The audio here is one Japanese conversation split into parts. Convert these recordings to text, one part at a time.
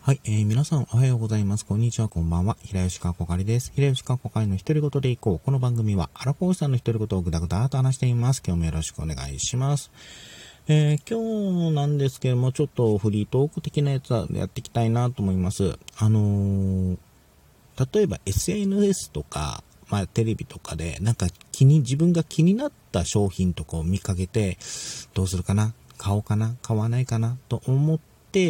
はい、皆さんおはようございます。こんにちは、こんばんは。平吉川こかりです。平吉川こかりの独り言でいこう。この番組は、アラフォーさんの独り言をぐだぐだと話しています。今日もよろしくお願いします。今日なんですけども、ちょっとフリートーク的なやつはやっていきたいなと思います。例えば SNS とか、テレビとかで、自分が気になった商品とかを見かけて、どうするかな、買おうかな、買わないかなと思って、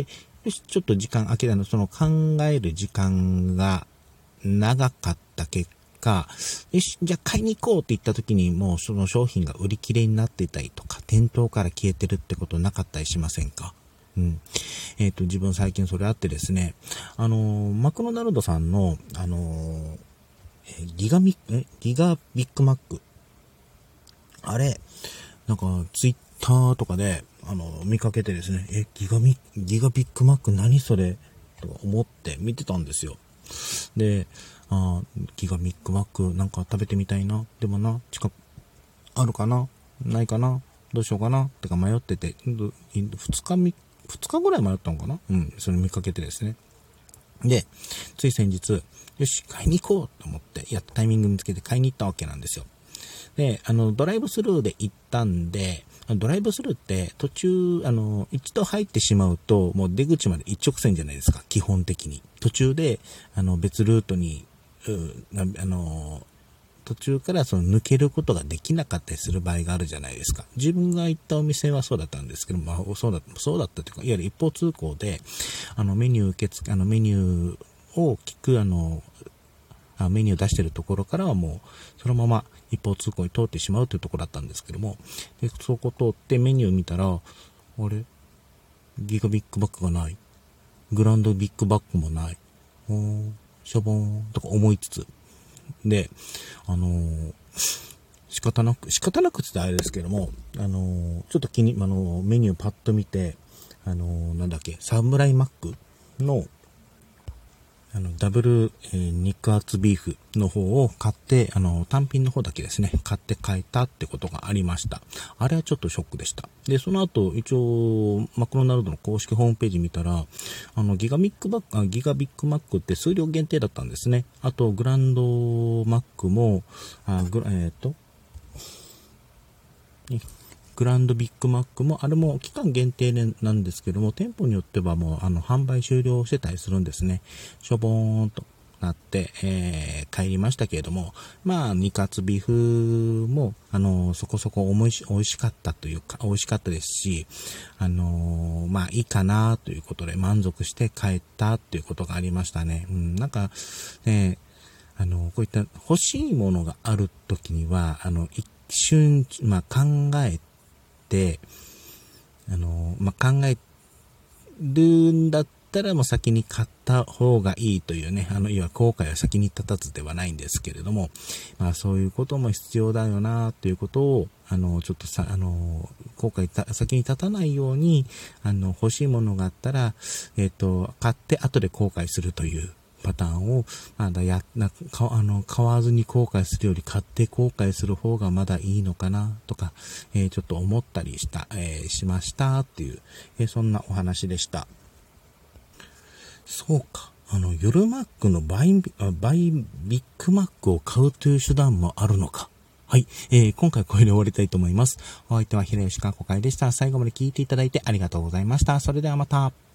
よし、ちょっと時間空けたの、その考える時間が長かった結果、よし、じゃあ買いに行こうって言った時にもうその商品が売り切れになっていたりとか、店頭から消えてるってことなかったりしませんか？うん。自分最近それあってですね、マクドナルドさんの、ギガビッグマック。あれ、ツイッターとかで、見かけてですね、ギガビッグマック何それと思って見てたんですよ。で、ギガビッグマック食べてみたいな。でもな、近く、あるかなないかなどうしようかなってか迷ってて、2日ぐらい迷ったのかな。それ見かけてですね。で、つい先日、よし、買いに行こうと思って、やったタイミング見つけて買いに行ったわけなんですよ。で、ドライブスルーで行ったんで、ドライブスルーって途中、一度入ってしまうと、もう出口まで一直線じゃないですか、基本的に。途中で、別ルートに、途中から抜けることができなかったりする場合があるじゃないですか。自分が行ったお店はそうだったんですけど、そうだったというか、いわゆる一方通行で、メニューを聞く、メニュー出してるところからはもうそのまま一方通行に通ってしまうというところだったんですけども、でそこ通ってメニュー見たら、あれ、ギガビッグバッグがない、グランドビッグバッグもない、しょぼーんとか思いつつで、仕方なくって言ったらあれですけども、ちょっとメニューパッと見て、サムライマックのダブル、肉厚ビーフの方を買って、単品の方だけですね、買って帰ったってことがありました。あれはちょっとショックでした。で、その後、一応、マクドナルドの公式ホームページ見たら、ギガビッグマックって数量限定だったんですね。あと、グランドマックも、グランドビッグマックも、あれも期間限定なんですけども、店舗によってはもう、販売終了してたりするんですね。しょぼーんとなって、帰りましたけれども、肉厚ビーフも、そこそこ美味しかったというか、美味しかったですし、いいかなということで満足して帰ったということがありましたね。こういった欲しいものがあるときには、一瞬、考えて、考えるんだったらもう先に買った方がいいというね、いわゆる後悔は先に立たずではないんですけれども、そういうことも必要だよなということを、ちょっと後悔先に立たないように、欲しいものがあったら、買って後で後悔するというパターンを、買わずに後悔するより買って後悔する方がまだいいのかなとか、ちょっと思ったりしましたっていう、そんなお話でした。そうか。夜マックのバイビッグマックを買うという手段もあるのか。はい。今回これで終わりたいと思います。お相手は平吉川こかいでした。最後まで聞いていただいてありがとうございました。それではまた。